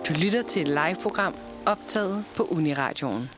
Du lytter til et live-program optaget på Uniradioen.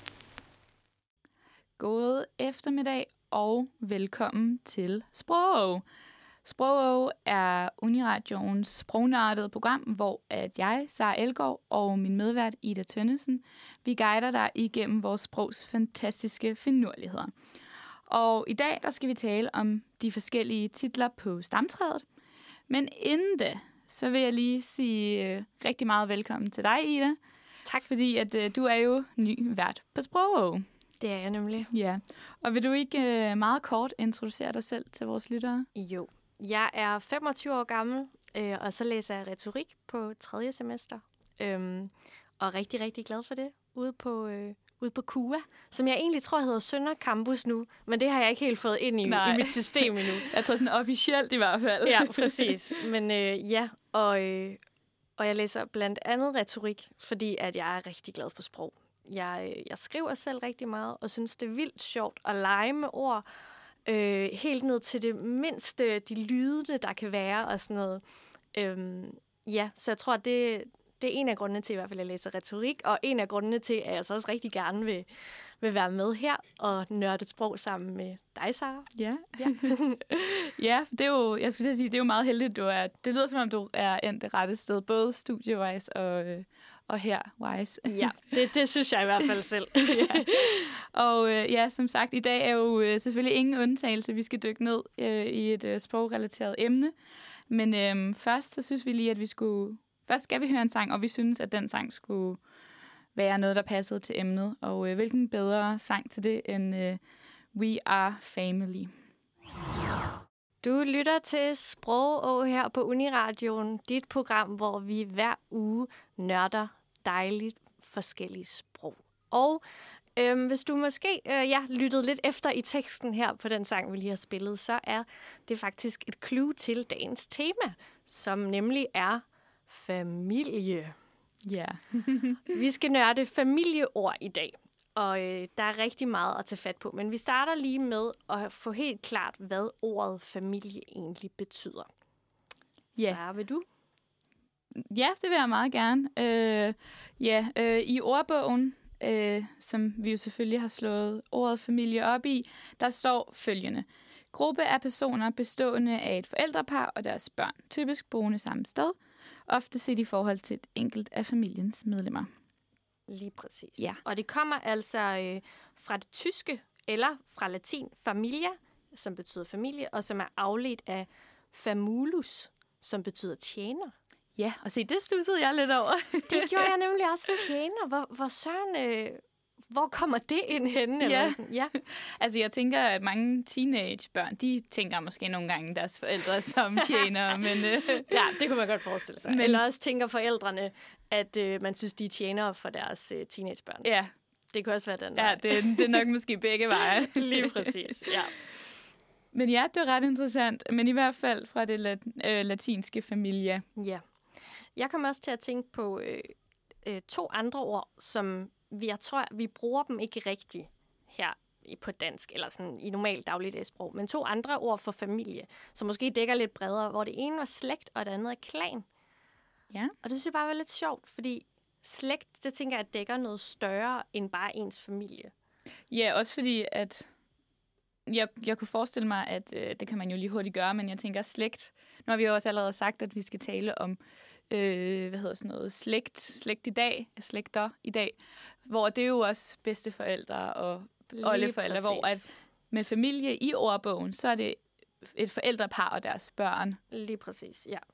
God eftermiddag og velkommen til Sprog. Sprog er Uniradioens sprognørdede program, hvor at jeg, Sara Elgaard, og min medvært Ida Tønnesen, vi guider dig igennem vores sprogs fantastiske finurligheder. Og i dag der skal vi tale om de forskellige titler på stamtræet. Men inden da, så vil jeg lige sige rigtig meget velkommen til dig, Ida. Tak. Fordi at du er jo ny vært på Sprog. Det er jeg nemlig. Ja, og vil du ikke meget kort introducere dig selv til vores lyttere? Jo. Jeg er 25 år gammel, og så læser jeg retorik på 3. semester. Og er rigtig, rigtig glad for det ude på KUA, som jeg egentlig tror hedder Sønder Campus nu, men det har jeg ikke helt fået ind i mit system endnu. Jeg tror sådan officielt i hvert fald. Ja, præcis. Men og jeg læser blandt andet retorik, fordi at jeg er rigtig glad for sprog. Jeg skriver selv rigtig meget, og synes, det er vildt sjovt at lege med ord, helt ned til det mindste, de lyde, der kan være, og sådan noget. Så jeg tror, det er en af grundene til, i hvert fald, at jeg læser retorik, og en af grundene til, at jeg så også rigtig gerne vil være med her og nørde sprog sammen med dig, Sara. Ja. Ja, det er jo, jeg skulle sige, det er jo meget heldigt, det lyder som om, du er endt det rette sted, både studiewise og her-wise. Ja, det synes jeg i hvert fald selv. Ja. Og som sagt, i dag er jo selvfølgelig ingen undtagelse. Vi skal dykke ned i et sprogrelateret emne. Men først, så synes vi lige, at Først skal vi høre en sang, og vi synes, at den sang skulle være noget, der passede til emnet. Og hvilken bedre sang til det end We Are Family. Du lytter til Sprog her på Uniradioen, dit program, hvor vi hver uge nørder dejligt forskellige sprog. Og hvis du måske lyttede lidt efter i teksten her på den sang, vi lige har spillet, så er det faktisk et clue til dagens tema, som nemlig er familie. Ja. Vi skal nørde familieord i dag, og der er rigtig meget at tage fat på. Men vi starter lige med at få helt klart, hvad ordet familie egentlig betyder. Ja. Så vil du? Ja, det vil jeg meget gerne. I ordbogen, som vi jo selvfølgelig har slået ordet familie op i, der står følgende. Gruppe af personer bestående af et forældrepar og deres børn, typisk boende samme sted, ofte set i forhold til et enkelt af familiens medlemmer. Lige præcis. Ja. Og det kommer altså fra det tyske eller fra latin familia, som betyder familie, og som er afledt af famulus, som betyder tjener. Ja, og se, det stussede jeg lidt over. Det gjorde jeg nemlig også, tjener. Hvor søren... Hvor kommer det ind henne? Ja. Eller sådan? Ja. Altså, jeg tænker, at mange teenagebørn, de tænker måske nogle gange deres forældre som tjenere, men... Ja, det kunne man godt forestille sig. Men... Eller også tænker forældrene, at man synes, de er tjenere for deres teenagebørn. Ja. Det kan også være den vej. Ja, det er nok måske begge veje. Lige præcis, ja. Men ja, det er ret interessant. Men i hvert fald fra det latinske familie. Ja. Jeg kommer også til at tænke på 2 andre ord, som... Jeg tror, vi bruger dem ikke rigtigt her på dansk, eller sådan i normalt dagligdags sprog, men 2 andre ord for familie, som måske dækker lidt bredere, hvor det ene var slægt, og det andet er klan. Ja. Og det synes jeg bare var lidt sjovt, fordi slægt, det tænker jeg, dækker noget større end bare ens familie. Ja, også fordi, at jeg kunne forestille mig, at det kan man jo lige hurtigt gøre, men jeg tænker slægt. Nu har vi jo også allerede sagt, at vi skal tale om slægt i dag, slægter i dag, hvor det er jo også bedsteforældre og oldeforældre, hvor at med familie i ordbogen, så er det et forældrepar og deres børn. Lige præcis, ja.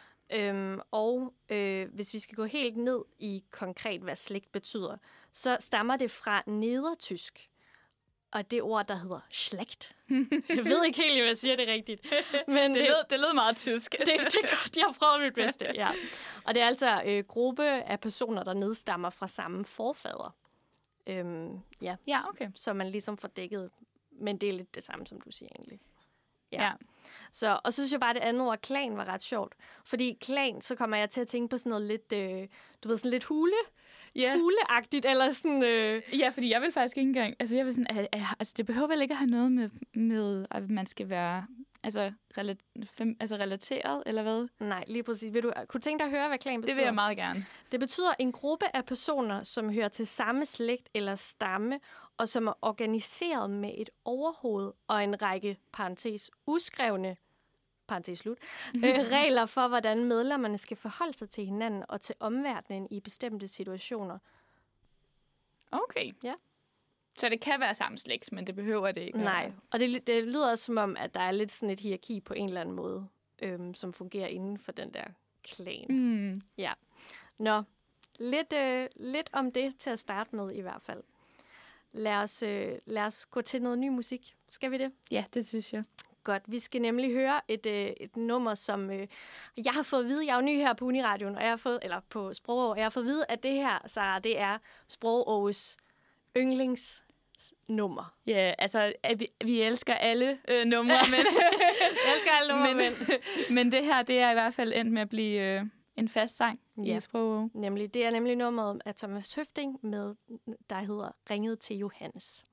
Hvis vi skal gå helt ned i konkret, hvad slægt betyder, så stammer det fra nedertysk. Og det ord, der hedder slægt. Jeg ved ikke helt, om jeg siger det rigtigt. Men det lød meget tysk. Det er godt, jeg har prøvet mit bedste. Ja. Og det er altså gruppe af personer, der nedstammer fra samme forfader. Okay. Så man ligesom får dækket, men det er lidt det samme, som du siger egentlig. Ja. Og så synes jeg bare, at det andet ord, klan, var ret sjovt. Fordi klan, så kommer jeg til at tænke på sådan noget lidt, sådan lidt hule. huleagtigt, eller sådan... Ja, fordi jeg vil faktisk ikke engang... Altså, jeg vil sådan... Altså, det behøver vel ikke at have noget med at man skal være... Altså, relateret, eller hvad? Nej, lige præcis. Kunne du tænke dig at høre, hvad klan betyder? Det vil jeg meget gerne. Det betyder en gruppe af personer, som hører til samme slægt eller stamme, og som er organiseret med et overhoved og en række, uskrevne, regler for, hvordan medlemmerne skal forholde sig til hinanden og til omverdenen i bestemte situationer. Okay. Ja. Så det kan være samme slægt, men det behøver det ikke. Nej, og det lyder også som om, at der er lidt sådan et hierarki på en eller anden måde, som fungerer inden for den der klan. Mm. Ja. Nå, lidt om det til at starte med i hvert fald. Lad os gå til noget ny musik. Skal vi det? Ja, det synes jeg. Godt. Vi skal nemlig høre et nummer, som jeg har fået at vide. Jeg er jo ny her på Uniradioen, og på Sprogå, og jeg har fået at vide, at det her, Sara, det er Sprogås yndlingsnummer. Ja, altså, vi elsker alle numre, men... Jeg elsker alle numre, men det her, det er i hvert fald endt med at blive en fast sang i Sprogå. Det er nemlig nummeret af Thomas Høfting, der hedder Ringet til Johannes.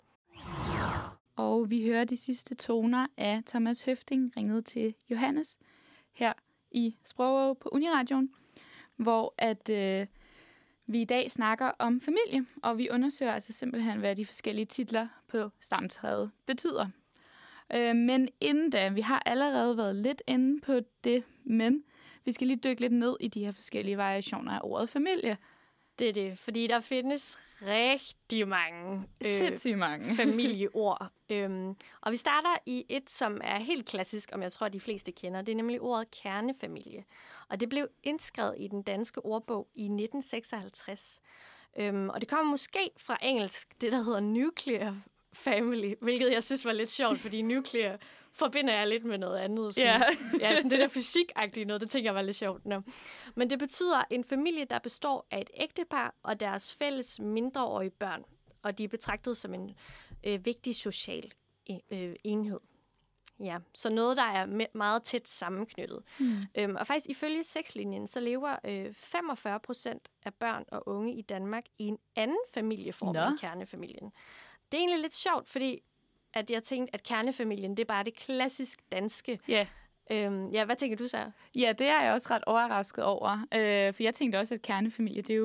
Og vi hører de sidste toner af Thomas Høfting, Ringet til Johannes, her i Sprogå på Uniradioen, hvor at vi i dag snakker om familie, og vi undersøger altså simpelthen, hvad de forskellige titler på stamtræet betyder. Men inden da, vi har allerede været lidt inde på det, men vi skal lige dykke lidt ned i de her forskellige variationer af ordet familie. Det er det, fordi der findes rigtig mange, sindssygt mange familieord. Og vi starter i et, som er helt klassisk, om jeg tror, de fleste kender. Det er nemlig ordet kernefamilie. Og det blev indskrevet i den danske ordbog i 1956. Og det kommer måske fra engelsk, det der hedder nuclear family, hvilket jeg synes var lidt sjovt, fordi nuclear forbinder jeg lidt med noget andet. Sådan, sådan det der fysikagtige noget, det tænker jeg var lidt sjovt. No. Men det betyder en familie, der består af et ægtepar og deres fælles mindreårige børn. Og de er betragtet som en vigtig social enhed. Ja, så noget, der er meget tæt sammenknyttet. Og faktisk ifølge Sexlinjen, så lever 45% af børn og unge i Danmark i en anden familieform end kernefamilien. Det er egentlig lidt sjovt, fordi at jeg tænkte, at kernefamilien, det er bare det klassisk danske. Ja. Hvad tænker du så? Ja, det er jeg også ret overrasket over. For jeg tænkte også, at kernefamilie, det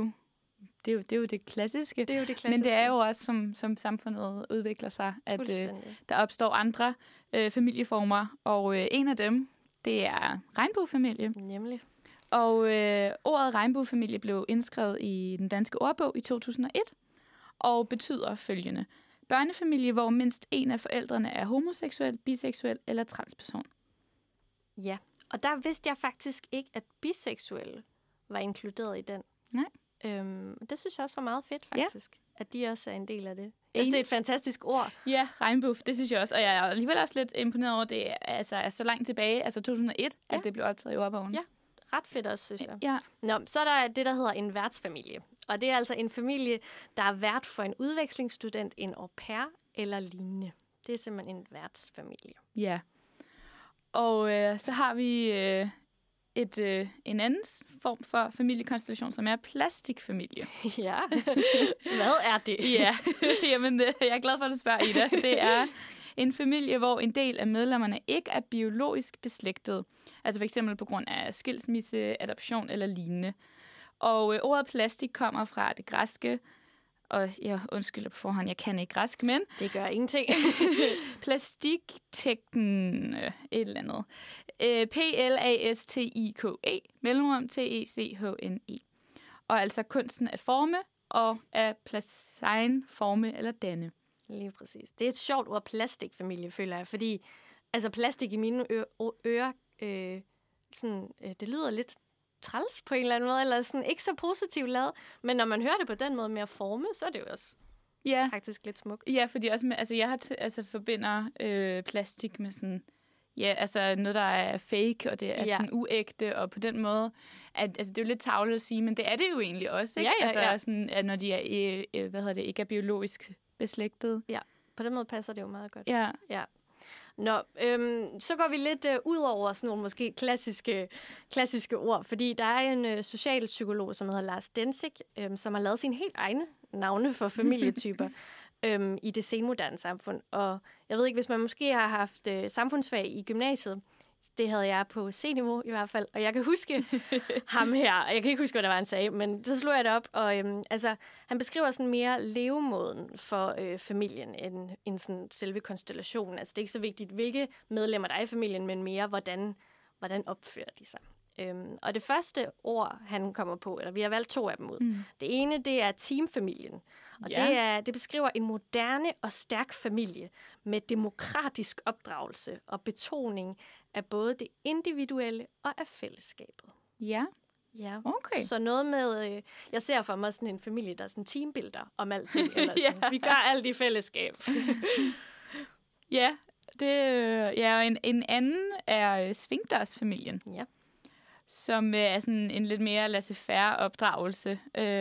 er jo det klassiske. Det er jo det klassiske. Men det er jo også, som samfundet udvikler sig, at der opstår andre familieformer. Og en af dem, det er regnbuefamilie. Nemlig. Og ordet regnbuefamilie blev indskrevet i den danske ordbog i 2001, og betyder følgende: børnefamilie, hvor mindst en af forældrene er homoseksuel, biseksuel eller transperson. Ja, og der vidste jeg faktisk ikke, at biseksuelle var inkluderet i den. Nej. Det synes jeg også var meget fedt, faktisk. Ja. At de også er en del af det. Jeg synes, det er et fantastisk ord. Ja, regnbue, det synes jeg også. Og jeg er alligevel også lidt imponeret over, det er så langt tilbage, altså 2001, at det blev optaget i ordbogen. Ja, ret fedt også, synes jeg. Ja. Nå, så er der det, der hedder en værtsfamilie. Og det er altså en familie, der er vært for en udvekslingsstudent, en au pair eller lignende. Det er simpelthen en værtsfamilie. Ja. Og så har vi en anden form for familiekonstellation, som er plastikfamilie. Ja. Hvad er det? Ja, jamen jeg er glad for, at du spørger, Ida. Det er en familie, hvor en del af medlemmerne ikke er biologisk beslægtet. Altså for eksempel på grund af skilsmisse, adoption eller lignende. Og ordet plastik kommer fra det græske, og jeg undskylder på forhånd, jeg kan ikke græsk, men... Det gør ingenting. Plastiktekten, et eller andet. P-L-A-S-T-I-K-E, mellemrum T-E-C-H-N-E. Og altså kunsten at forme og at forme eller danne. Lige præcis. Det er et sjovt ord, plastikfamilie, føler jeg, fordi altså plastik i mine ører, det lyder lidt træls på en eller anden måde, eller sådan ikke så positivt lavet. Men når man hører det på den måde med at forme, så er det jo også faktisk lidt smukt. Ja, fordi også med, altså jeg har forbinder plastik med sådan, ja, altså noget, der er fake, og det er sådan uægte, og på den måde, altså det er jo lidt tarveligt at sige, men det er det jo egentlig også, ikke? Altså sådan, at når de er, ikke er biologisk beslægtet. Ja, på den måde passer det jo meget godt. Ja. Så går vi lidt ud over sådan nogle måske klassiske ord, fordi der er en socialpsykolog, som hedder Lars Densig, som har lavet sine helt egne navne for familietyper i det senmoderne samfund. Og jeg ved ikke, hvis man måske har haft samfundsfag i gymnasiet, det havde jeg på C-niveau i hvert fald, og jeg kan huske ham her, og jeg kan ikke huske, hvad der var, han sagde, men så slog jeg det op, og han beskriver sådan mere levemåden for familien, end sådan selve konstellationen. Altså det er ikke så vigtigt, hvilke medlemmer der er i familien, men mere, hvordan opfører de sig. Og det første ord, han kommer på, eller vi har valgt 2 af dem ud. Det ene, det er teamfamilien. Og det beskriver en moderne og stærk familie med demokratisk opdragelse og betoning af både det individuelle og af fællesskabet. Ja. Ja, okay. Så noget med, jeg ser for mig sådan en familie, der er sådan teambuilder om alting. Eller sådan. Vi gør alt i fællesskab. Ja, og en anden er Svingdørsfamilien. Ja. Som er sådan en lidt mere laissez-faire opdragelse,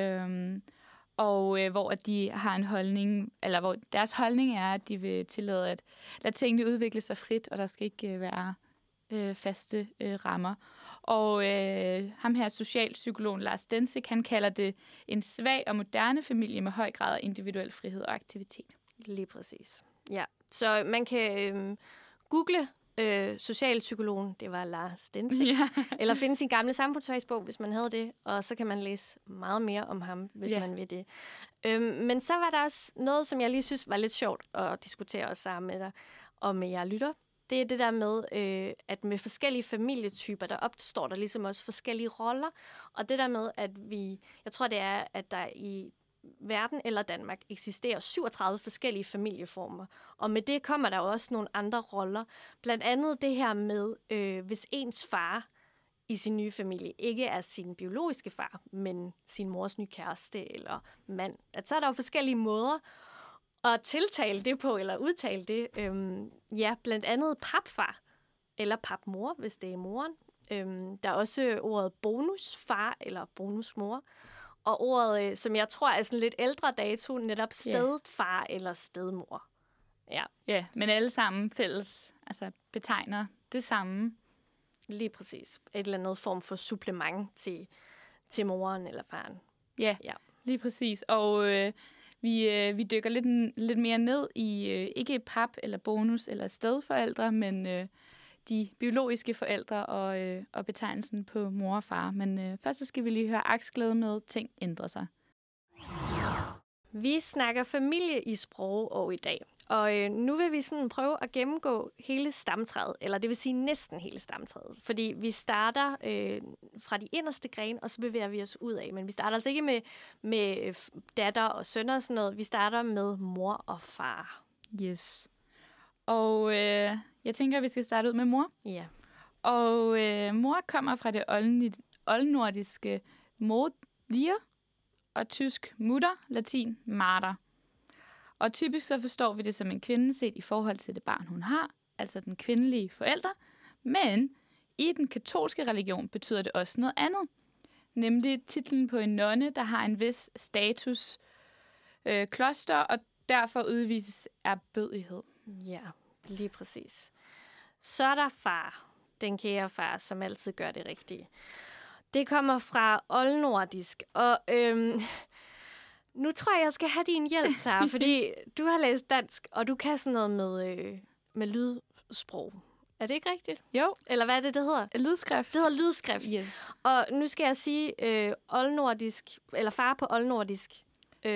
hvor at de har en holdning, eller hvor deres holdning er, at de vil tillade at lade tingene udvikle sig frit, og der skal ikke være faste rammer. Og ham her, socialpsykologen Lars Densig, han kalder det en svag og moderne familie med høj grad af individuel frihed og aktivitet. Lige præcis. Ja, så man kan google socialpsykologen, det var Lars Densig, eller finde sin gamle samfundsfagsbog, hvis man havde det, og så kan man læse meget mere om ham, hvis man vil det. Men så var der også noget, som jeg lige synes var lidt sjovt at diskutere også sammen med dig, og med jer lytter. Det er det der med, at med forskellige familietyper, der opstår der ligesom også forskellige roller, og det der med, at jeg tror det er, at der i verden eller Danmark eksisterer 37 forskellige familieformer. Og med det kommer der også nogle andre roller. Blandt andet det her med, hvis ens far i sin nye familie ikke er sin biologiske far, men sin mors nye kæreste eller mand. At så er der jo forskellige måder at tiltale det på, eller udtale det. Blandt andet papfar eller papmor, hvis det er moren. Der er også ordet bonusfar eller bonusmor. Og ordet, som jeg tror er sådan lidt ældre dato, netop stedfar eller stedmor. Ja, men alle sammen fælles, altså betegner det samme. Lige præcis. Et eller andet form for supplement til moren eller faren. Ja, lige præcis. Og vi dykker lidt mere ned i ikke pap eller bonus eller stedforældre, men de biologiske forældre og betegnelsen på mor og far. Men først så skal vi lige høre Aksglæde med Ting ændrer sig. Vi snakker familie i Sprogå i dag. Og nu vil vi sådan prøve at gennemgå hele stamtræet, eller det vil sige næsten hele stamtræet. Fordi vi starter fra de inderste grene, og så bevæger vi os ud af. Men vi starter altså ikke med datter og sønner og sådan noget. Vi starter med mor og far. Yes. Og jeg tænker, at vi skal starte ud med mor. Ja. Og mor kommer fra det oldnordiske modir og tysk mutter, latin mater. Og typisk så forstår vi det som en kvinde set i forhold til det barn, hun har, altså den kvindelige forælder. Men i den katolske religion betyder det også noget andet. Nemlig titlen på en nonne, der har en vis status, kloster, og derfor udvises erbødighed. Ja, lige præcis. Så er der far, den kære far, som altid gør det rigtige. Det kommer fra oldnordisk, og nu tror jeg skal have din hjælp, Sara, fordi du har læst dansk, og du kan sådan noget med lydsprog. Er det ikke rigtigt? Jo. Eller hvad er det hedder? Lydskrift. Det hedder lydskrift. Yes. Og nu skal jeg sige oldnordisk, eller far på oldnordisk.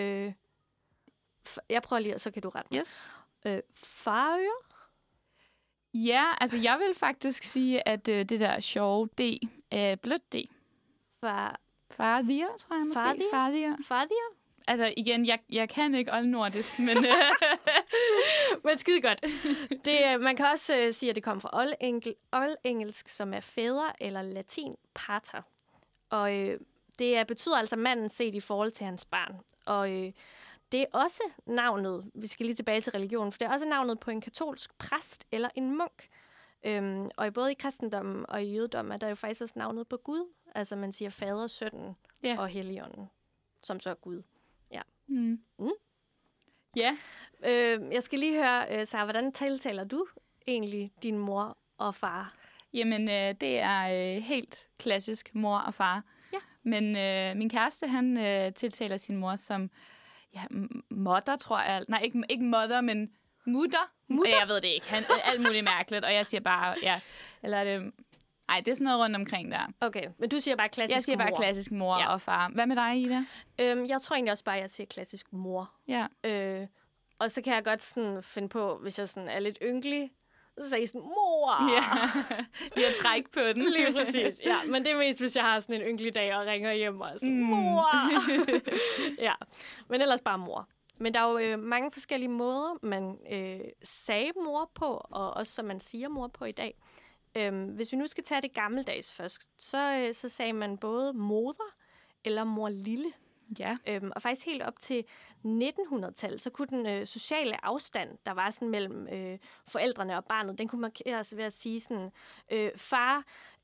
Jeg prøver lige, og så kan du rette mig. Yes. Farøer? Ja, altså jeg vil faktisk sige, at det der sjove D er blødt D. Fardier, tror jeg måske. Fardier? Altså igen, jeg kan ikke oldnordisk, men men skide godt. Man kan også sige, at det kommer fra oldengelsk, som er fædre, eller latin pater. Og det betyder altså manden set i forhold til hans barn. Og det er også navnet, vi skal lige tilbage til religionen, for det er også navnet på en katolsk præst eller en munk. Og både i kristendommen og i jødedommen er der jo faktisk også navnet på Gud. Altså man siger fader, sønnen og helligånden, som så er Gud. Ja. Ja. Jeg skal lige høre, Sara, hvordan taler du egentlig din mor og far? Jamen, det er helt klassisk mor og far. Ja. Men min kæreste, han tiltaler sin mor som mother, tror jeg. Nej, ikke mother, men mutter. Jeg ved det ikke. Alt muligt mærkeligt, og jeg siger bare, eller er det... Nej, det er sådan noget rundt omkring der. Okay, men du siger bare klassisk mor. Jeg siger bare klassisk mor og far. Hvad med dig, Ida? Jeg tror egentlig også bare, at jeg siger klassisk mor. Ja. Og så kan jeg godt sådan finde på, hvis jeg sådan er lidt ynkelig, så siger jeg sådan, mor! Ja, vi har træk på den. Lige præcis, ja. Men det er mest, hvis jeg har sådan en ynkelig dag og ringer hjem og sådan, mor! Ja, men ellers bare mor. Men der er jo mange forskellige måder, man sagde mor på, og også som man siger mor på i dag. Hvis vi nu skal tage det gammeldags først, så sagde man både moder eller mor lille. Ja. Og faktisk helt op til 1900-tallet, så kunne den sociale afstand, der var sådan mellem forældrene og barnet, den kunne markeres ved at sige sådan, far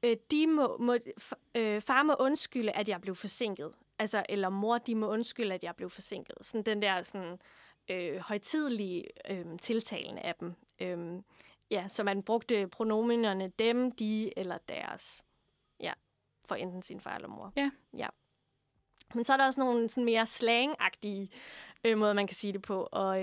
må undskylde, at jeg blev forsinket. Altså, eller mor, de må undskylde, at jeg blev forsinket. Sådan den der sådan, højtidelige tiltalen af dem. Så man brugte pronominerne dem, de eller deres. Ja, for enten sin far eller mor. Ja. Men så er der også nogle sådan mere slang-agtige måder, man kan sige det på. Og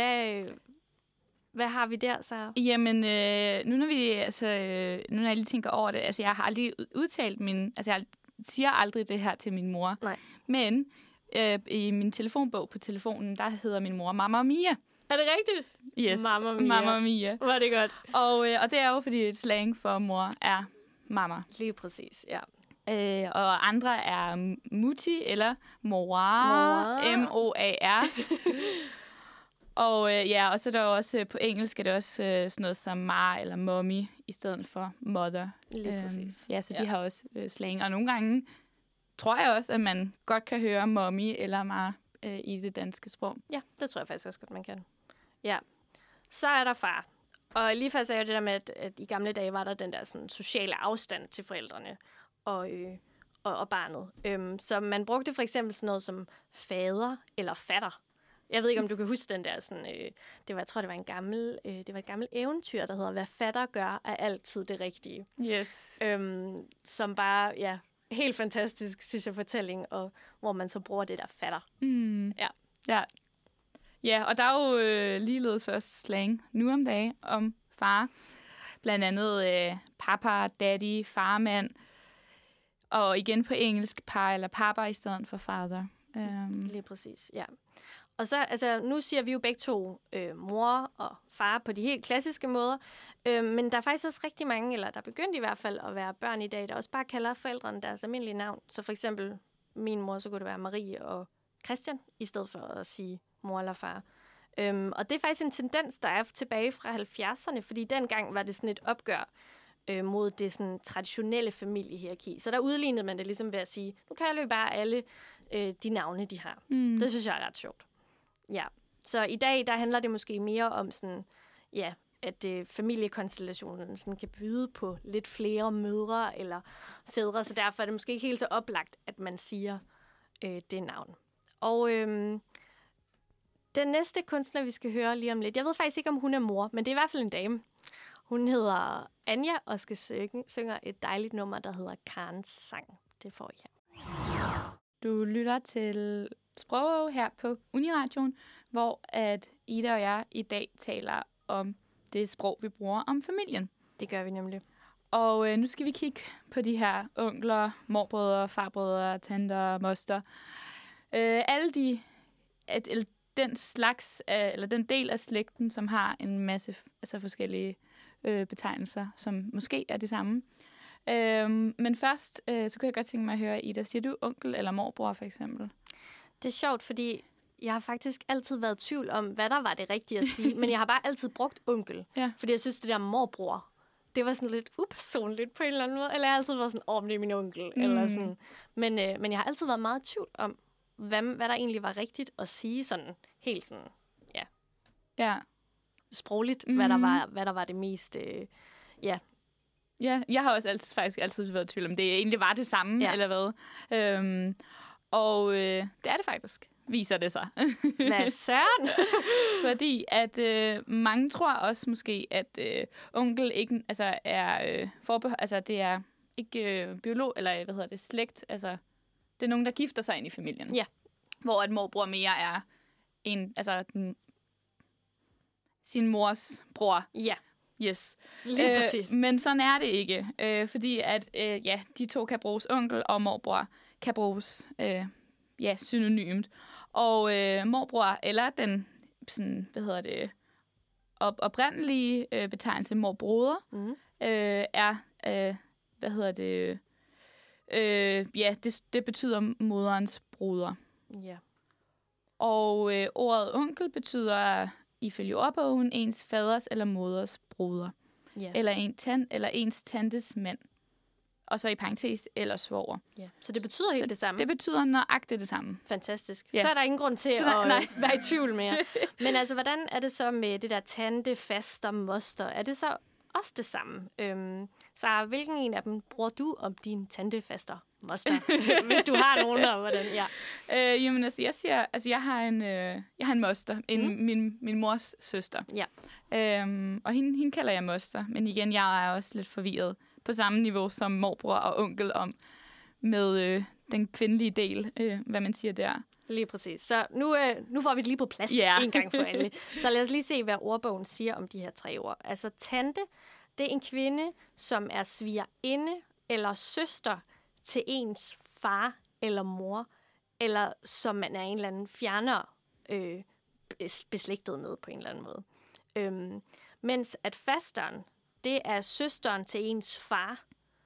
hvad har vi der, så? Jamen, nu når jeg lige tænker over det, altså jeg har aldrig udtalt jeg siger aldrig det her til min mor. Nej. Men i min telefonbog på telefonen, der hedder min mor Mamma Mia. Er det rigtigt? Yes, Mamma Mia. Var det godt. Og det er jo, fordi et slang for mor er mamma. Lige præcis, ja. Og andre er mutti eller moar. M-O-A-R. Og så er der jo også på engelsk er det også sådan noget som mar eller mommy i stedet for mother. Lige præcis. Så de har også slang. Og nogle gange tror jeg også, at man godt kan høre mommy eller mar i det danske sprog. Ja, det tror jeg faktisk også godt, man kan. Ja. Så er der far. Og lige faktisk er jo det der med, at i gamle dage var der den der sådan, sociale afstand til forældrene og barnet. Så man brugte for eksempel sådan noget som fader eller fatter. Jeg ved ikke, om du kan huske den der sådan... jeg tror, det var et gammelt eventyr, der hedder, hvad fatter gør, er altid det rigtige. Yes. Som bare, helt fantastisk, synes jeg, fortælling, og hvor man så bruger det der fatter. Ja, og der er jo ligeledes også slang nu om dagen om far. Blandt andet papa, daddy, farmand. Og igen på engelsk par eller papa i stedet for father. Lige præcis, ja. Og så, altså, nu siger vi jo begge to mor og far på de helt klassiske måder. Men der er faktisk også rigtig mange, eller der er begyndt i hvert fald at være børn i dag, der også bare kalder forældrene deres almindelige navn. Så for eksempel min mor, så kunne det være Marie og Christian, i stedet for at sige mor eller far. Og det er faktisk en tendens, der er tilbage fra 70'erne, fordi dengang var det sådan et opgør mod det sådan traditionelle familiehierarki. Så der udlignede man det ligesom ved at sige, nu kalder vi bare alle de navne, de har. Det synes jeg er ret sjovt. Ja, så i dag, der handler det måske mere om sådan, at familiekonstellationen sådan kan byde på lidt flere mødre eller fædre, så derfor er det måske ikke helt så oplagt, at man siger det navn. Og den næste kunstner, vi skal høre lige om lidt, jeg ved faktisk ikke, om hun er mor, men det er i hvert fald en dame. Hun hedder Anja og skal synge et dejligt nummer, der hedder Karens Sang. Det får I her. Du lytter til Sprog her på Uniradioen, hvor at Ida og jeg i dag taler om det sprog, vi bruger om familien. Det gør vi nemlig. Og nu skal vi kigge på de her onkler, morbrødre, farbrødre, tanter, moster. Alle den slags, eller den del af slægten, som har en masse forskellige betegnelser, som måske er de samme. Men først, så kunne jeg godt tænke mig at høre, Ida, siger du onkel eller morbror for eksempel? Det er sjovt, fordi jeg har faktisk altid været i tvivl om, hvad der var det rigtige at sige, men jeg har bare altid brugt onkel, fordi jeg synes, det der morbror, det var sådan lidt upersonligt på en eller anden måde, eller jeg har altid været sådan, det er min onkel, eller sådan. Men jeg har altid været meget i tvivl om, hvad der egentlig var rigtigt at sige sådan, helt sådan, sprogligt, hvad der var det mest, Ja, jeg har også faktisk altid været i tvivl om, det egentlig var det samme, eller hvad. Og det er det faktisk, viser det sig. Hvad søren? Fordi at mange tror også måske, at onkel ikke er det er ikke biolog, eller slægt. Altså, det er nogen, der gifter sig ind i familien. Ja. Hvor at morbror mere er sin mors bror. Ja. Yes. Lige præcis. Men sådan er det ikke. Fordi at de to kan bruges, onkel og morbror kan bruges synonymt. Og morbror, eller den sådan, oprindelige betegnelse morbroder, er det betyder moderens broder. Ja. Og ordet onkel betyder ifølge ordbogen ens faders eller moders broder. Ja. Eller ens tantes mand. Og så i parentes eller svoger. Ja. Så det betyder helt det samme? Det betyder nøjagtigt det samme. Fantastisk. Ja. Så er der ingen grund til at være i tvivl mere. Men altså, hvordan er det så med det der tante, faster, moster? Er det så også det samme? Så hvilken en af dem bruger du om din tante, faster, moster? Hvis du har nogen, og hvordan? Ja. Jamen altså, jeg har en moster, min mors søster. Ja. Og hende kalder jeg moster. Men igen, jeg er også lidt forvirret på samme niveau som morbror og onkel med den kvindelige del, hvad man siger der. Lige præcis. Så nu får vi det lige på plads en gang for alle. Så lad os lige se, hvad ordbogen siger om de her 3 ord. Altså tante, det er en kvinde, som er svigerinde eller søster til ens far eller mor, eller som man er en eller anden fjernere beslægtet med på en eller anden måde. Mens at fasteren, det er søsteren til ens far.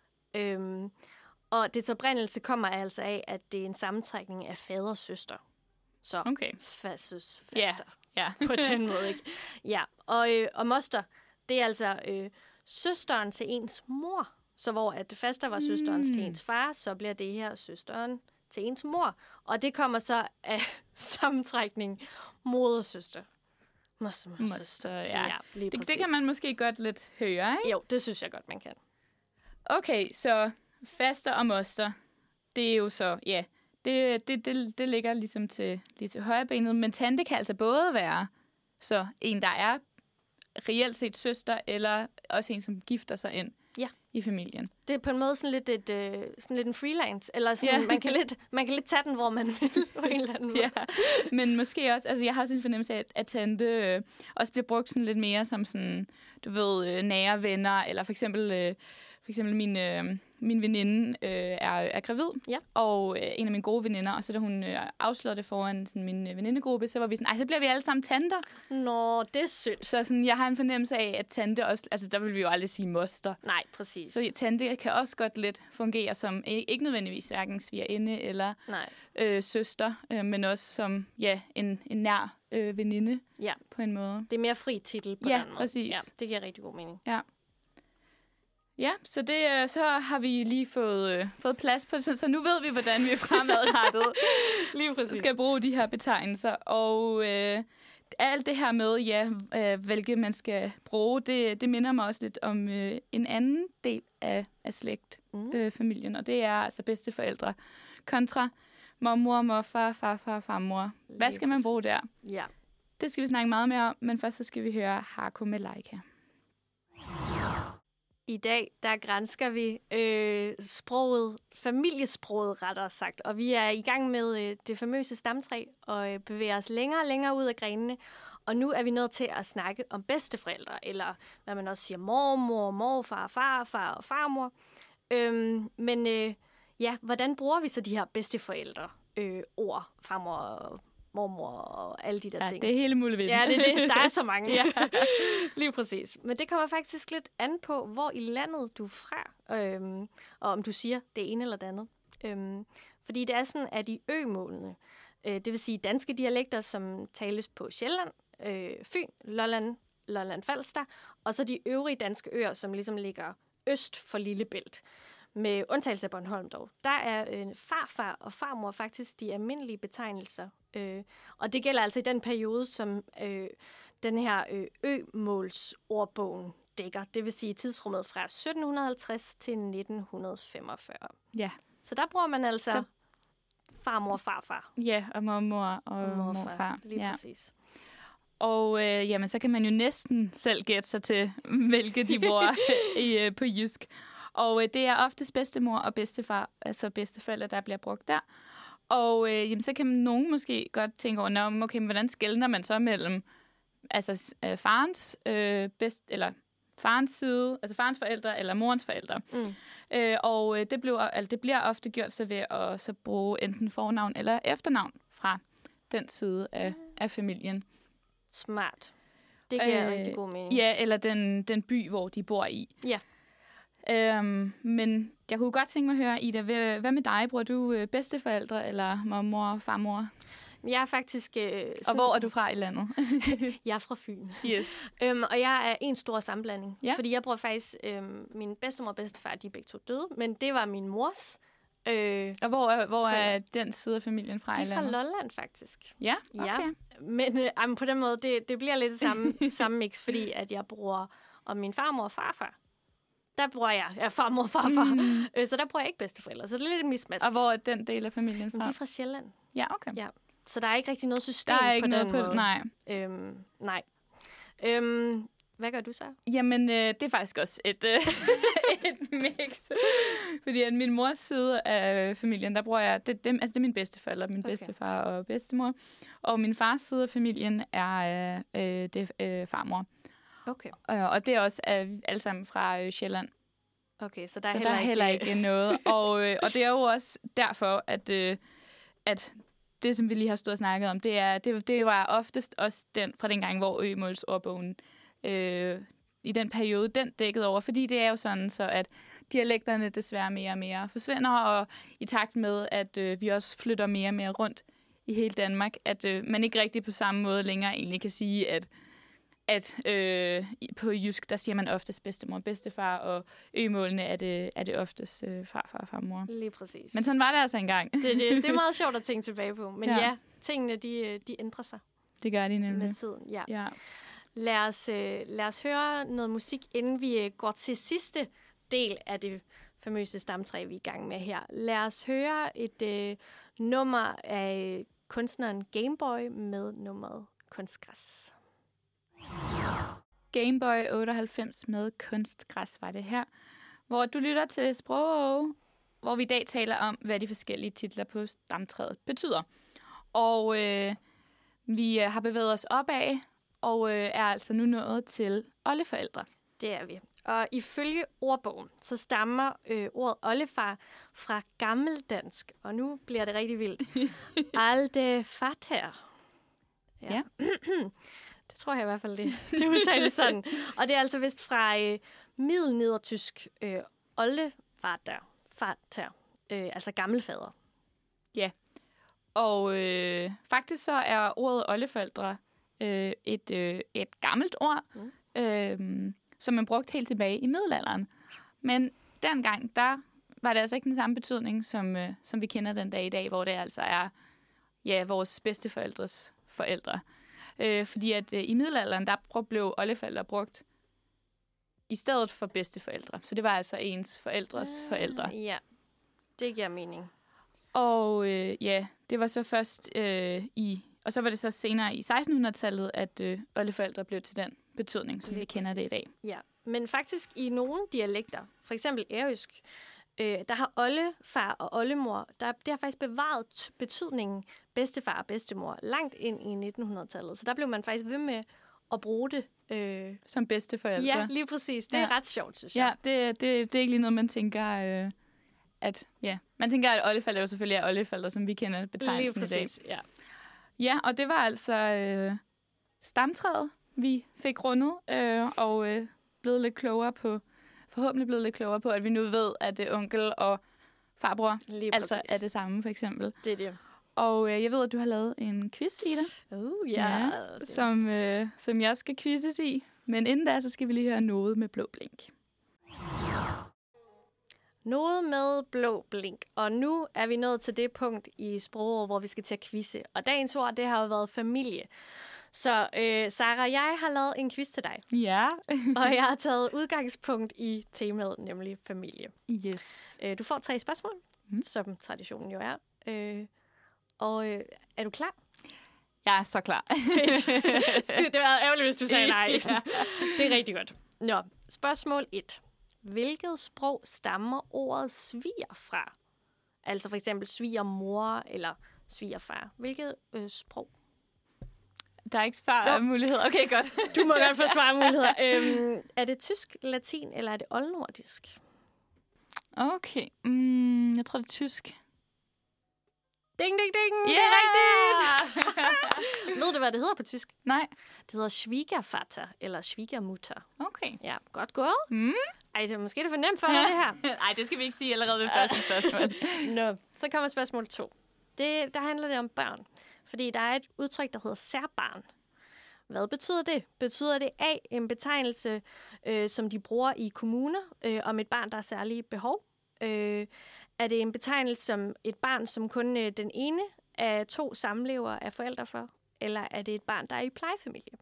Og dets oprindelse kommer altså af, at det er en sammentrækning af fader og søster. Så okay. faster. Yeah. På den måde, ikke? Ja, og moster, det er altså søsteren til ens mor. Så hvor at faster var søsteren til ens far, så bliver det her søsteren til ens mor. Og det kommer så af sammentrækning modersøster. Moster, ja. Det kan man måske godt lidt høre, ikke? Jo, det synes jeg godt, man kan. Okay, så faster og moster, det er jo så, ja, det ligger ligesom lige til højrebenet, men tante kan altså både være så en, der er reelt set søster, eller også en, som gifter sig ind i familien. Det er på en måde sådan lidt en freelance, eller sådan, man kan lidt tage den, hvor man vil, på en eller anden måde. Ja, men måske også, altså jeg har også en fornemmelse af, at tante også bliver brugt sådan lidt mere som sådan, du ved, nære venner, eller for eksempel min veninde er gravid, og en af mine gode veninder, og så da hun afslørede det foran sådan, min venindegruppe, så var vi sådan, så bliver vi alle sammen tanter. Nå, det er sødt. Så sådan, jeg har en fornemmelse af, at tante også, altså der vil vi jo aldrig sige moster. Nej, præcis. Så tante kan også godt lidt fungere som, ikke nødvendigvis hverken svigerinde eller søster, men også som, en nær veninde på en måde. Det er mere fri titel på den måde. Præcis. Ja, det giver rigtig god mening. Ja. Ja, så har vi lige fået plads på det, så nu ved vi, hvordan vi fremadrettet lige præcis skal bruge de her betegnelser. Og alt det her med, hvilket man skal bruge, det minder mig også lidt om en anden del af slægtfamilien, og det er altså bedsteforældre kontra mormor, morfar, farfar, farmor. Hvad skal man bruge der? Ja. Det skal vi snakke meget mere om, men først så skal vi høre Harko med Laika. I dag, der gransker vi familiesproget rettere sagt, og vi er i gang med det famøse stamtræ og bevæger os længere og længere ud af grenene. Og nu er vi nået til at snakke om bedsteforældre, eller hvad man også siger, mormor, morfar, farfar og farmor. Men hvordan bruger vi så de her bedsteforældre ord, farmor og mormor og alle de der ting? Det er hele muligheden. Ja, det er det. Der er så mange. Lige præcis. Men det kommer faktisk lidt an på, hvor i landet du er fra, og om du siger det ene eller det andet. Fordi det er sådan, at i ømålene, det vil sige danske dialekter, som tales på Sjælland, Fyn, Lolland Falster, og så de øvrige danske øer, som ligesom ligger øst for Lillebælt. Med undtagelse af Bornholm dog. Der er farfar og farmor faktisk de almindelige betegnelser. Og det gælder altså i den periode, som den her ømålsordbogen dækker. Det vil sige tidsrummet fra 1750 til 1945. Ja. Så der bruger man altså farmor og farfar. Ja, og mormor og morfar. Lige præcis. Og jamen, så kan man jo næsten selv gætte sig til, hvilke de bor på jysk. Og det er oftest bedstemor og bedstefar, altså bedsteforældre, der bliver brugt der. Og jamen, så kan nogen måske godt tænke over, okay, hvordan skelner man så mellem altså farens farens side, altså farens forældre eller morens forældre. Og det bliver ofte gjort så ved at så bruge enten fornavn eller efternavn fra den side af familien. Smart. Det giver rigtig god mening. Ja, eller den by, hvor de bor i. Ja. Men jeg kunne godt tænke mig at høre, Ida, hvad med dig? Bruger du bedsteforældre eller mormor og farmor? Jeg er faktisk... og hvor er du fra i landet? Jeg er fra Fyn. Yes. Og jeg er en stor sammenblanding. Ja. Fordi jeg bruger faktisk... min bedstemor og bedstefar, de er begge to døde. Men det var min mors. Og hvor er den side af familien fra i landet? De er fra Lolland, faktisk. Ja? Okay. Ja. Men på den måde, det bliver lidt samme mix, fordi at jeg bruger... Og min farmor og farfar, der bruger jeg farmor og farfar. Så der bruger jeg ikke bedsteforældre. Så det er lidt et mismask. Og hvor er den del af familien fra? Men de er fra Sjælland. Ja, okay. Ja. Så der er ikke rigtig noget system der er ikke på noget den på måde. Nej. Hvad gør du så? Jamen, det er faktisk også et mix. Fordi at min mors side af familien, der bruger jeg... Det er min bedsteforældre, min bedstefar og bedstemor. Og min fars side af familien er farmor. Okay. Og det er også alle sammen fra Sjælland. Okay, så der er heller ikke noget. Og det er jo også derfor, at det, som vi lige har stået og snakket om, det var oftest også fra den gang, hvor ømålsordbogen i den periode, den dækkede over. Fordi det er jo sådan, så at dialekterne desværre mere og mere forsvinder, og i takt med, at vi også flytter mere og mere rundt i hele Danmark, at man ikke rigtig på samme måde længere egentlig kan sige, at på jysk, der siger man oftest bedstemor og bedstefar, og ømålene er det oftest farfar og farmor. Lige præcis. Men sådan var det altså engang. Det er meget sjovt at tænke tilbage på. Men ja tingene, de ændrer sig. Det gør de nemlig. Med tiden, ja. Ja. Lad os høre noget musik, inden vi går til sidste del af det famøse stamtræ, vi er i gang med her. Lad os høre et nummer af kunstneren Gameboy med nummeret Kunstgræs. Gameboy 98 med Kunstgræs var det her, hvor du lytter til Sprog, hvor vi i dag taler om, hvad de forskellige titler på stamtræet betyder. Og vi har bevæget os opad, og er altså nu nået til oldeforældre. Det er vi. Og ifølge ordbogen, så stammer ordet oldefar fra gammeldansk, og nu bliver det rigtig vildt. Aldefater. Ja. Det tror jeg i hvert fald, det udtales sådan. Og det er altså vist fra middelnedertysk oldefater, altså gammelfader. Ja, og faktisk så er ordet oldeforældre et gammelt ord, som man brugte helt tilbage i middelalderen. Men dengang, der var det altså ikke den samme betydning, som vi kender den dag i dag, hvor det altså er vores bedsteforældres forældre. Fordi at i middelalderen, der blev oldeforældre brugt i stedet for bedsteforældre. Så det var altså ens forældres forældre. Ja, det giver mening. Og det var så først og så var det så senere i 1600-tallet, at oldeforældre blev til den betydning, som vi kender det i dag. Ja, men faktisk i nogle dialekter, for eksempel ærøsk, der har oldefar og oldemor, det har faktisk bevaret betydningen bedstefar og bedstemor langt ind i 1900-tallet. Så der blev man faktisk ved med at bruge det. Som bedsteforældre. Ja, lige præcis. Det er ret sjovt, synes jeg. Ja, det er ikke lige noget, man tænker, man tænker, at oldeforældre jo selvfølgelig er oldeforældre, som vi kender betegnelsen i dag. Lige præcis, ja. Ja, og det var altså stamtræet, vi fik rundet, og forhåbentlig blevet lidt klogere på, at vi nu ved, at onkel og farbror altså er det samme, for eksempel. Det er det. Og jeg ved, at du har lavet en quiz, Ida. Ja. Som jeg skal quizzes i. Men inden da, så skal vi lige høre noget med blå blink. Noget med blå blink. Og nu er vi nået til det punkt i sproget, hvor vi skal til at quizze. Og dagens ord, det har jo været familie. Så Sara, jeg har lavet en quiz til dig. Ja. Og jeg har taget udgangspunkt i temaet, nemlig familie. Yes. Du får 3 spørgsmål, som traditionen jo er. Og er du klar? Jeg er så klar. Fedt. Det var ærgerligt, hvis du sagde nej. Det er rigtig godt. Nå, spørgsmål 1. Hvilket sprog stammer ordet sviger fra? Altså for eksempel svigermor eller svigerfar. Hvilket sprog? Der er ikke svarmuligheder. Okay, godt. Du må godt få svarmuligheder. Er det tysk, latin eller er det oldnordisk? Okay. Jeg tror, det er tysk. Ding, ding, ding. Yeah! Det er rigtigt. Ved du, hvad det hedder på tysk? Nej. Det hedder Schwiegervater eller Schwiegermutter. Okay. Ja, godt gået. Ej, det er måske for nemt for dig, det her. Nej, det skal vi ikke sige allerede ved første spørgsmål. Nå, så kommer spørgsmål 2. Der handler det om børn. Fordi der er et udtryk, der hedder særbarn. Hvad betyder det? Betyder det A, en betegnelse, som de bruger i kommuner, om et barn, der har særlige behov? Er det en betegnelse som et barn, som kun den ene af 2 samlevere er forældre for? Eller er det et barn, der er i plejefamilie?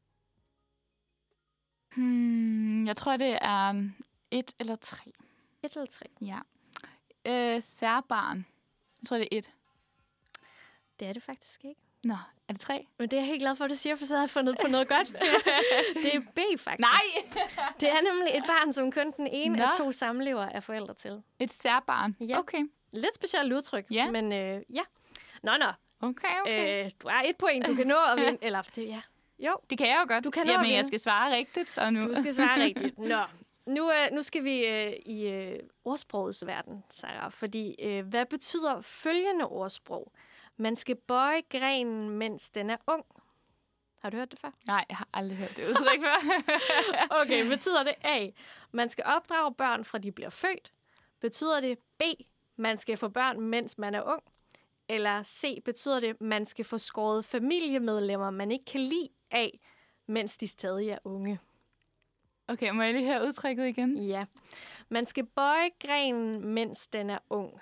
Jeg tror, det er 1 eller 3. 1 eller 3? Ja. Særbarn. Jeg tror, det er 1. Det er det faktisk ikke. Nå, er det 3? Men det er jeg helt glad for, at du siger, for så har jeg fundet på noget godt. Det er B, faktisk. Nej! Det er nemlig et barn, som kun den ene af 2 samlevere er forældre til. Et særbarn? Ja. Okay. Lidt specielt udtryk, ja. Men ja. Nå. Okay. Du har 1 point, du kan nå at vinde. Eller det, ja. Jo. Det kan jeg jo godt. Du kan nå Jamen, jeg skal svare rigtigt, så nu. Du skal svare rigtigt. Nå. Nu skal vi i ordsprogets verden, Sarah. Fordi, hvad betyder følgende ordsprog? Man skal bøje grenen, mens den er ung. Har du hørt det før? Nej, jeg har aldrig hørt det udtryk før. Okay, betyder det A, man skal opdrage børn, fra de bliver født? Betyder det B, man skal få børn, mens man er ung? Eller C, betyder det, man skal få skåret familiemedlemmer, man ikke kan lide af, mens de stadig er unge? Okay, må jeg lige høre udtrykket igen? Ja. Man skal bøje grenen, mens den er ung.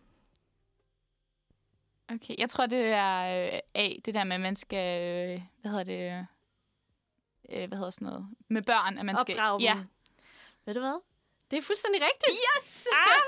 Okay, jeg tror, det er A, det der med, at man skal, hvad hedder sådan noget, med børn, at man skal... Opdrage dem. Ja. Ved du hvad? Det er fuldstændig rigtigt. Yes!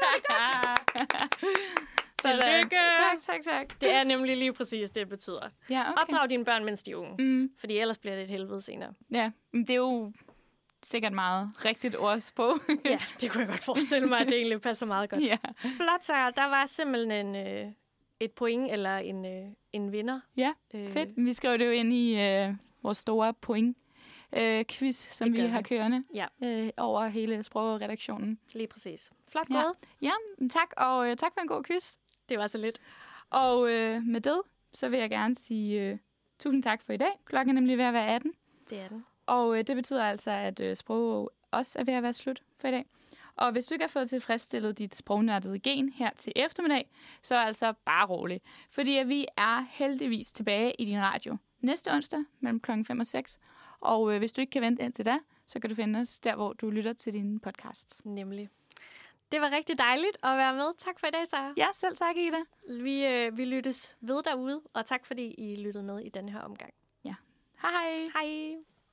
Tillykke! Tak. Det er nemlig lige præcis det, betyder. Ja, okay. Opdrag dine børn, mens de er unge. Fordi ellers bliver det et helvede senere. Ja, men det er jo sikkert meget rigtigt ordsprog. Ja, det kunne jeg godt forestille mig, at det egentlig passer meget godt. Ja. Flot, Sarah. Der var simpelthen et point eller en vinder. Ja, fedt. Vi skriver det jo ind i vores store point-quiz, som vi har kørende over hele sprogredaktionen. Lige præcis. Flot gået. Ja, tak, og tak for en god quiz. Det var så lidt. Og med det, så vil jeg gerne sige tusind tak for i dag. Klokken er nemlig ved at være 18. Det er den. Og det betyder altså, at sprog også er ved at være slut for i dag. Og hvis du ikke har fået tilfredsstillet dit sprognørdede gen her til eftermiddag, så er altså bare rolig. Fordi at vi er heldigvis tilbage i din radio næste onsdag mellem klokken 5 og 6. Og hvis du ikke kan vente indtil da, så kan du finde os der, hvor du lytter til dine podcasts. Nemlig. Det var rigtig dejligt at være med. Tak for i dag, Sarah. Ja, selv tak, Ida. Vi lyttes ved derude, og tak fordi I lyttede med i denne her omgang. Ja. Hej. Hej.